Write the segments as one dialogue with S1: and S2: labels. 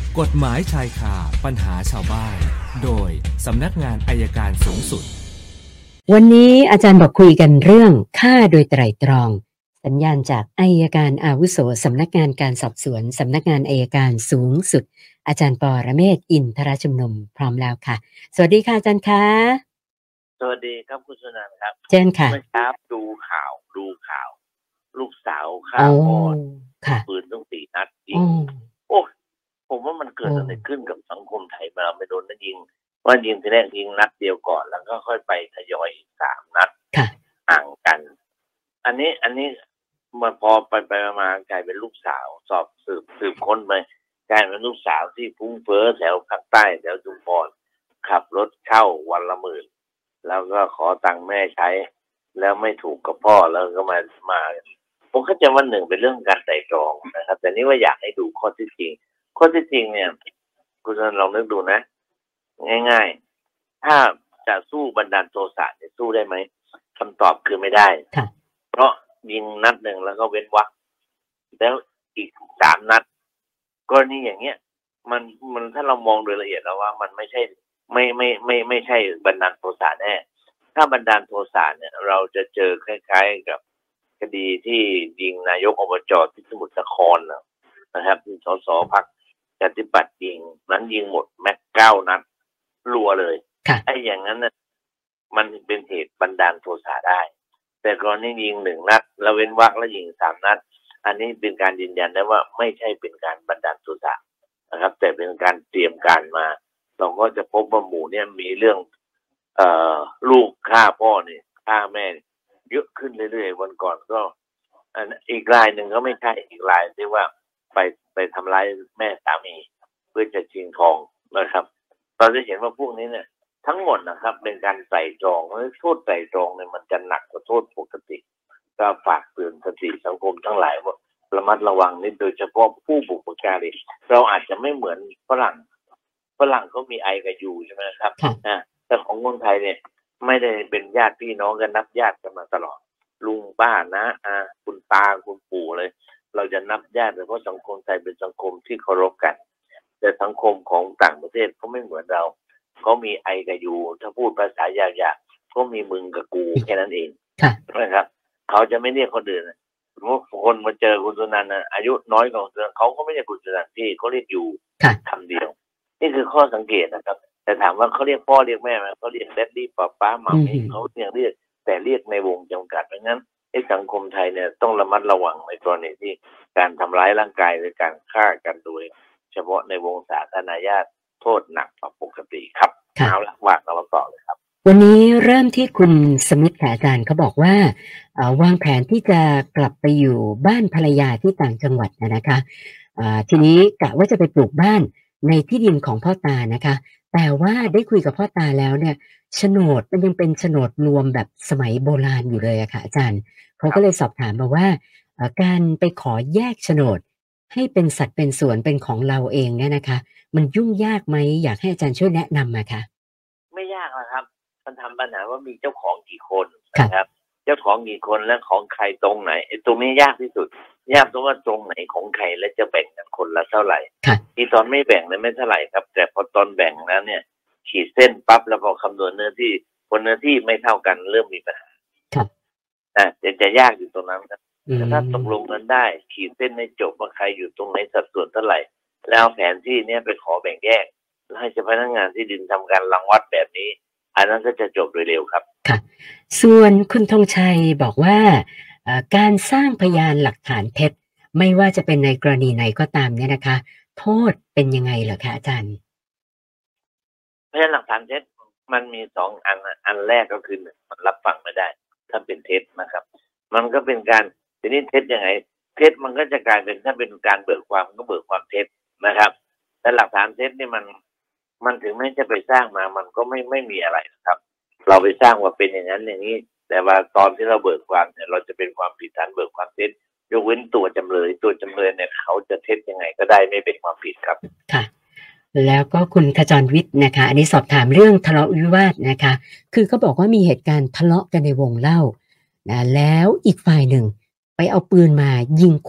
S1: กฎหมายชายคาปัญหาชาวบ้านโดยสำนักงานอัยการสูงสุด
S2: วันนี้อาจารย์บอกคุยกันเรื่องฆ่าโดยไตร่ตรองสัญญาณจากอัยการอาวุโสสำนักงานการสอบสวนสำนักงานอัยการสูงสุดอาจารย์ปรเมศวร์อินทรชุมนุมพร้อมแล้วค่ะสวัสดีค่ะอาจารย์คะ
S3: สวัสดีครับคุณสุนันท์ครับ
S2: เช่นค่ะ
S3: เมื่อเช้าดูข่าวลูกสาวฆ่าพ่อปืนต้อง4 นัดยิงโอ้ผมว่ามันเกิดอะไรขึ้นกับสังคมไทยมาไม่โดนนัดยิงว่ายิงทีแรกยิงนัดเดียวก่อนแล้วก็ค่อยไปทยอยอีก3 นัดห่างกันอันนี้มาพอไปมากลายเป็นลูกสาวสอบสืบค้นไปกลายเป็นลูกสาวที่ฟุ้งเฟ้อแถวภาคใต้แถวชุมพรขับรถเช่าวันละ10,000แล้วก็ขอตังค์แม่ใช้แล้วไม่ถูกกับพ่อแล้วก็มาผมเข้าใจว่าหนึ่งเป็นเรื่องการไตร่ตรองนะครับแต่นี่ว่าอยากให้ดูข้อที่จริงเนี่ยคุณลองนึกดูนะง่ายๆถ้าจะสู้บันดาลโทสะจะสู้ได้ไหมคำตอบคือไม่ได้เพราะยิงนัดหนึ่งแล้วก็เว้นวรรคแล้วอีก3 นัดกรณีอย่างเงี้ยมันถ้าเรามองโดยละเอียดแล้วว่ามันไม่ใช่ไม่ใช่บันดาลโทสะแน่ถ้าบันดาลโทสะเนี่ยเราจะเจอคล้ายๆกับคดีที่ยิงนายกอบจ.ที่สมุทรสาครนะครับสสพรรคปฏิบัติยิงหมดแม็ก9 นัดรัวเลยไอ้อย่างนั้นน่ะมันเป็นเหตุบันดาลโทสะได้แต่กรณียิง1 นัดแล้วเว้นวรรคแล้วยิง3 นัดอันนี้เป็นการยืนยันได้ว่าไม่ใช่เป็นการบันดาลโทสะนะครับแต่เป็นการเตรียมการมาเราก็จะพบว่าหมู่เนี่ยมีเรื่องลูกฆ่าพ่อเนี่ยฆ่าแม่เยอะขึ้นเรื่อยๆวันก่อนก็อีกรายหนึ่งก็ไม่ใช่อีกรายที่ว่าไปทำร้ายแม่สามีเพื่อจะชิงทองนะครับเราจะเห็นว่าพวกนี้เนี่ยทั้งหมดนะครับเป็นการไตร่ตรองโทษไตร่ตรองเนี่ยมันจะหนักกว่าโทษปกติก็ฝากเตือนสติสังคมทั้งหลายว่าระมัดระวังนิดโดยเฉพาะผู้บุกการีเราอาจจะไม่เหมือนฝรั่งเขามีไอกับยูใช่ไหมครับแต่ของคนไทยเนี่ยไม่ได้เป็นญาติพี่น้องกันนับญาติกันมาตลอดลุงป้านะคุณตาคุณปู่เลยเราจะนับญาติเพราะสังคมไทยเป็นสังคมที่เคารพกันแต่สังคมของต่างประเทศเขาไม่เหมือนเราเขามีไอกับยูถ้าพูดภาษาหยาบๆเขามีมึงกับกูแค่นั้นเองนะครับเขาจะไม่เรียกคนอื่นสมมติคนมาเจอคุณสุนันท์อายุน้อยกว่าคุณสุนันท์เขาก็ไม่เรียกคุณสุนันท์พี่เขาเรียกยูคำเดียวนี่คือข้อสังเกตนะครับแต่ถามว่าเขาเรียกพ่อเรียกแม่ไหมเขาเรียกแดดดี้ป้าหม่ามี่เขาเรียกแต่เรียกในวงจำกัดเพราะงั้นสังคมไทยเนี่ยต้องระมัดระวังในกรณีที่การทำร้ายร่างกายหรือการฆ่ากันโดยเฉพาะในวงสาธารณญาติโทษหนักกว่าปกติครับเอาละว่าเราต่อเลยครับ
S2: วันนี้เริ่มที่คุณสมิทธิ์อาจารย์เขาบอกว่าวางแผนที่จะกลับไปอยู่บ้านภรรยาที่ต่างจังหวัดนะคะทีนี้กะว่าจะไปปลูกบ้านในที่ดินของพ่อตานะคะแต่ว่าได้คุยกับพ่อตาแล้วเนี่ยโฉนดมันยังเป็นโฉนดรวมแบบสมัยโบราณอยู่เลยอะค่ะอาจารย์เขาก็เลยสอบถามมาว่าการไปขอแยกโฉนดให้เป็นสัดเป็นส่วนเป็นของเราเองเนี่ยนะคะมันยุ่งยากไหมอยากให้อาจารย์ช่วยแนะนำมาค่ะ
S3: ไม่ยากนะครับมันทำปัญหาว่ามีเจ้าของกี่คนนะครับเจ้าของกี่คนและของใครตรงไหนตรงนี้ยากที่สุดยากตรงว่าตรงไหนของใครและจะแบ่งกันคนละเท่าไหร่ที่ตอนไม่แบ่งเนี่ยไม่เท่าไหร่ครับแต่พอตอนแบ่งแล้วเนี่ยขีดเส้นปั๊บแล้วพอคำนวณเนื้อที่คนเนื้อที่ไม่เท่ากันเริ่มมีปัญหาจะยากอยู่ตรงนั้นครับแต่ถ้าตกลงกันได้ขีดเส้นให้จบว่าใครอยู่ตรงไหนสัดส่วนเท่าไหร่แล้วแผนที่เนี่ยไปขอแบ่งแยกแล้วให้เจ้าพนักงานที่ดินทำการรังวัดแบบนี้อันนั้นก็จะจบโดยเร็วครับ
S2: ค่ะส่วนคุณธงชัยบอกว่าการสร้างพยานหลักฐานเท็จไม่ว่าจะเป็นในกรณีไหนก็ตามเนี่ยนะคะโทษเป็นยังไงเหรอคะอาจารย์
S3: พยานหลักฐานเท็จมันมี2 อันแรกก็คือ1มันรับฟังไม่ได้ถ้าเป็นเท็จนะครับมันก็เป็นการทีนี้เท็จยังไงเท็จมันก็จะกลายเป็นถ้าเป็นการเบิกความก็เบิกความเท็จนะครับแต่หลักฐานเท็จนี่มันถึงแม้จะไปสร้างมามันก็ไม่มีอะไรนะครับเราไปสร้างว่าเป็นอย่างนั้นอย่างนี้แต่ว่าตอนที่เราเบิกความเนี่ยเราจะเป็นความผิดฐานเบิกความเท็จยกเว้นตัวจำเลยเนี่ยเขาจะเท็จยังไงก็ได้ไม่เป็นความผิดครับ
S2: ค่ะแล้วก็คุณขจรวิทย์นะคะอันนี้สอบถามเรื่องทะเลาะวิวาทนะคะคือเขาบอกว่ามีเหตุการณ์ทะเลาะกันในวงเล่านะแล้วอีกฝ่ายหนึ่งไปเอาปืนมายิงขู่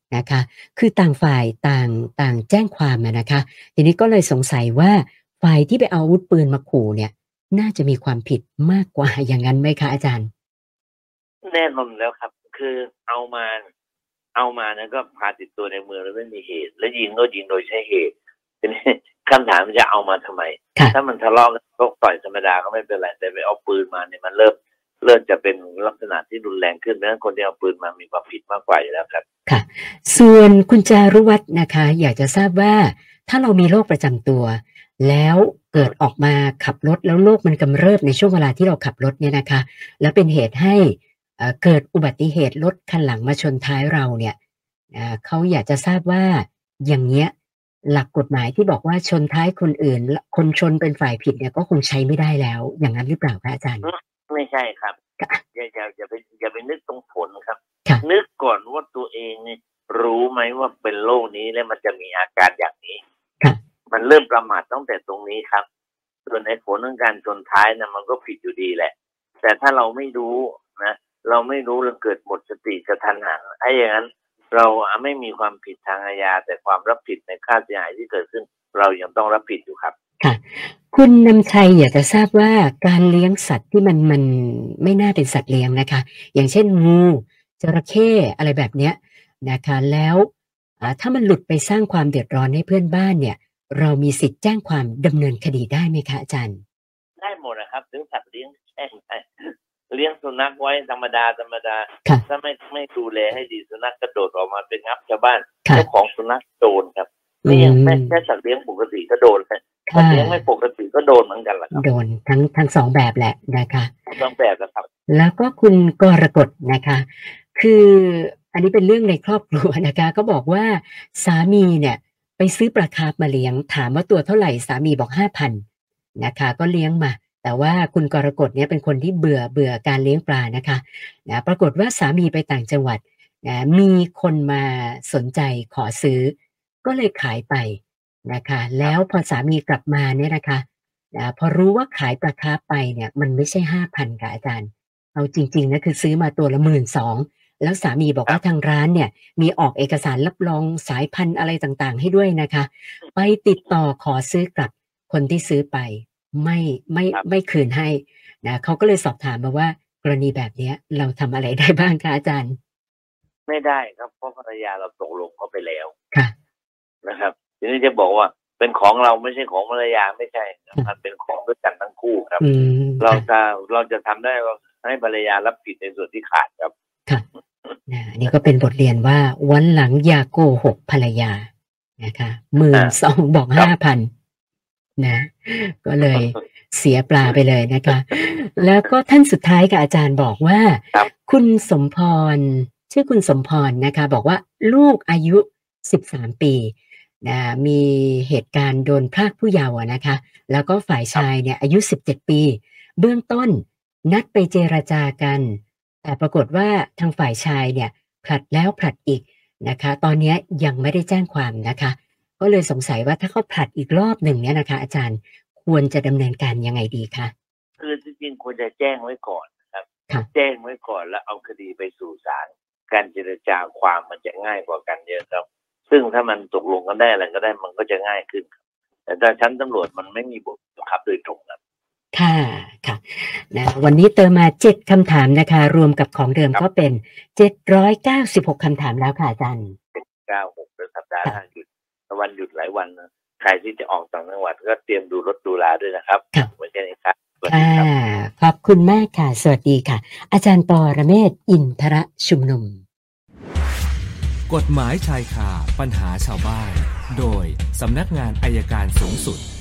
S2: นะคะคือต่างฝ่ายต่างแจ้งความนะคะทีนี้ก็เลยสงสัยว่าฝ่ายที่ไปเอาอาวุธปืนมาขู่เนี่ยน่าจะมีความผิดมากกว่าอย่างนั้นไหมคะอาจารย์
S3: แน่นอนแล้วครับคือเอามานะก็พาติดตัวในเมืองแล้วไม่มีเหตุและยิงก็ยิงโดยใช้เหตุทีนี้คำถามมันจะเอามาทำไมถ้ามันทะเลาะกันชกต่อยธรรมดาก็ไม่เป็นไรแต่ไปเอาปืนมาเนี่ยมันเริ่มจะเป็นลักษณะที่รุนแรงขึ้นเพราะฉะนั้นคนที่เอาปืนมามีความผิดมากกว่าอยู่แล้วครับ
S2: ค่ะส่วนคุณจารุวัฒน์นะคะอยากจะทราบว่าถ้าเรามีโรคประจำตัวแล้วเกิดออกมาขับรถแล้วโรคมันกำเริบในช่วงเวลาที่เราขับรถเนี่ยนะคะแล้วเป็นเหตุให้เกิดอุบัติเหตุรถคันหลังมาชนท้ายเราเนี่ยเขาอยากจะทราบว่าอย่างเงี้ยหลักกฎหมายที่บอกว่าชนท้ายคนอื่นคนชนเป็นฝ่ายผิดเนี่ยก็คงใช้ไม่ได้แล้วอย่างนั้นหรือเปล่าคะอาจารย์
S3: ไม่ใช่ครับอย่าไปนึกตรงผลครับนึกก่อนว่าตัวเองเนี่ยรู้ไหมว่าเป็นโรคนี้แล้วมันจะมีอาการอย่างนี้มันเริ่มประมาทตั้งแต่ตรงนี้ครับส่วนในผลของการชนท้ายนะมันก็ผิดอยู่ดีแหละแต่ถ้าเราไม่รู้นะเราไม่รู้เราเกิดหมดสติกระทันหันไอ้อย่างนั้นเราไม่มีความผิดทางอาญาแต่ความรับผิดในค่าเสียหายที่เกิดขึ้นเรายังต้องรับผิดอยู่ครับ
S2: ค่ะคุณนำชัยอยากจะทราบว่าการเลี้ยงสัตว์ที่มันไม่น่าเป็นสัตว์เลี้ยงนะคะอย่างเช่นงูจระเข้อะไรแบบเนี้ยนะคะแล้วถ้ามันหลุดไปสร้างความเดือดร้อนให้เพื่อนบ้านเนี่ยเรามีสิทธิ์แจ้งความดำเนินคดีได้ไหมคะอาจารย์
S3: ได้หมดนะครับถึงสัตว์เลี้ยงแจ้งได้เลี้ยงสุนัขไว้ธรรมดาถ้าไม่ดูแลให้ดีสุนัขกระโดดออกมาเป็นงับชาวบ้านเจ้าของสุนัขโดนครับนี่ยังไม่แค่สัตว์เลี้ยงปกติก็โดนสัตว์เลี้ยงไม่ปกติก็โดนเหมือนกันแหละครับ
S2: โดนทั้งสองแบบแหละนะคะ
S3: สองแบบนะครับ
S2: แล้วก็คุณกรกฎนะคะคืออันนี้เป็นเรื่องในครอบครัวนะคะก็บอกว่าสามีเนี่ยไปซื้อปลาคาร์ฟมาเลี้ยงถามว่าตัวเท่าไหร่สามีบอก 5,000 นะคะก็เลี้ยงมาแต่ว่าคุณกรกฎเนี่ยเป็นคนที่เบื่อการเลี้ยงปลานะคะปรากฏว่าสามีไปต่างจังหวัดมีคนมาสนใจขอซื้อก็เลยขายไปนะคะแล้วพอสามีกลับมาเนี่ยนะคะพอรู้ว่าขายปลาคาร์ฟไปเนี่ยมันไม่ใช่ 5,000 ค่ะอาจารย์เอาจริงๆนะคือซื้อมาตัวละ 12,000 แล้วสามีบอกว่าทางร้านเนี่ยมีออกเอกสารรับรองสายพันธุ์อะไรต่างๆให้ด้วยนะคะไปติดต่อขอซื้อกลับคนที่ซื้อไปไม่คืนให้นะเขาก็เลยสอบถามมาว่ากรณีแบบนี้เราทำอะไรได้บ้างคะอาจารย์
S3: ไม่ได้ครับเพราะภรรยาเราตกลงเขาไปแล้ว
S2: ค่ะ
S3: นะครับทีนี้จะบอกว่าเป็นของเราไม่ใช่ของภรรยาไม่ใช่มันเป็นของด้วยกันทั้งคู่ครับเราจะทำได้ว่าให้ภรรยารับผิดในส่วนที่ขาดครับ
S2: ค่ะนี่ก็เป็นบทเรียนว่าวันหลังอย่าโกหกภรรยานะคะ 12,000 บอก 5,000 นะก็เลยเสียปลาไปเลยนะคะแล้วก็ท่านสุดท้ายกับอาจารย์บอกว่าคุณสมพรชื่อคุณสมพรนะคะบอกว่าลูกอายุ13 ปีนะมีเหตุการณ์โดนพรากผู้เยาว์นะคะแล้วก็ฝ่ายชายเนี่ยอายุ17 ปีเบื้องต้นนัดไปเจรจากันแต่ปรากฏว่าทางฝ่ายชายเนี่ยผลัดแล้วผลัดอีกนะคะตอนนี้ยังไม่ได้แจ้งความนะคะก็เลยสงสัยว่าถ้าเขาผลัดอีกรอบหนึ่งเนี่ยนะคะอาจารย์ควรจะดำเนินการยังไงดีคะ
S3: คือจริงๆควรจะแจ้งไว้ก่อนครับแจ้งไว้ก่อนแล้วเอาคดีไปสู่ศาลการเจรจาความมันจะง่ายกว่ากันเยอะครับซึ่งถ้ามันตกลงกันได้อะไรก็ได้มันก็จะง่ายขึ้นแต่ถ้าชั้นตำรวจมันไม่มีบทบังคับโดยตรงครับ
S2: ค่ะนะวันนี้เติมมา7 คำถามนะคะรวมกับของเดิมก็เป็น796 คำถามแล้วค่ะอาจารย์
S3: 96เป็นสัปดาห์หยุดวันหยุดหลายวันใครที่จะออกต่างจังหวัดก็เตรียมดูรถดูลาด้วยนะครับเหมือนกันครับ
S2: ขอบคุณมากค่ะสวัสดีค่ะอาจารย์ปรเมศวร์อินทรชุมนุม
S1: กฎหมายชายคาปัญหาชาวบ้านโดยสำนักงานอัยการสูงสุด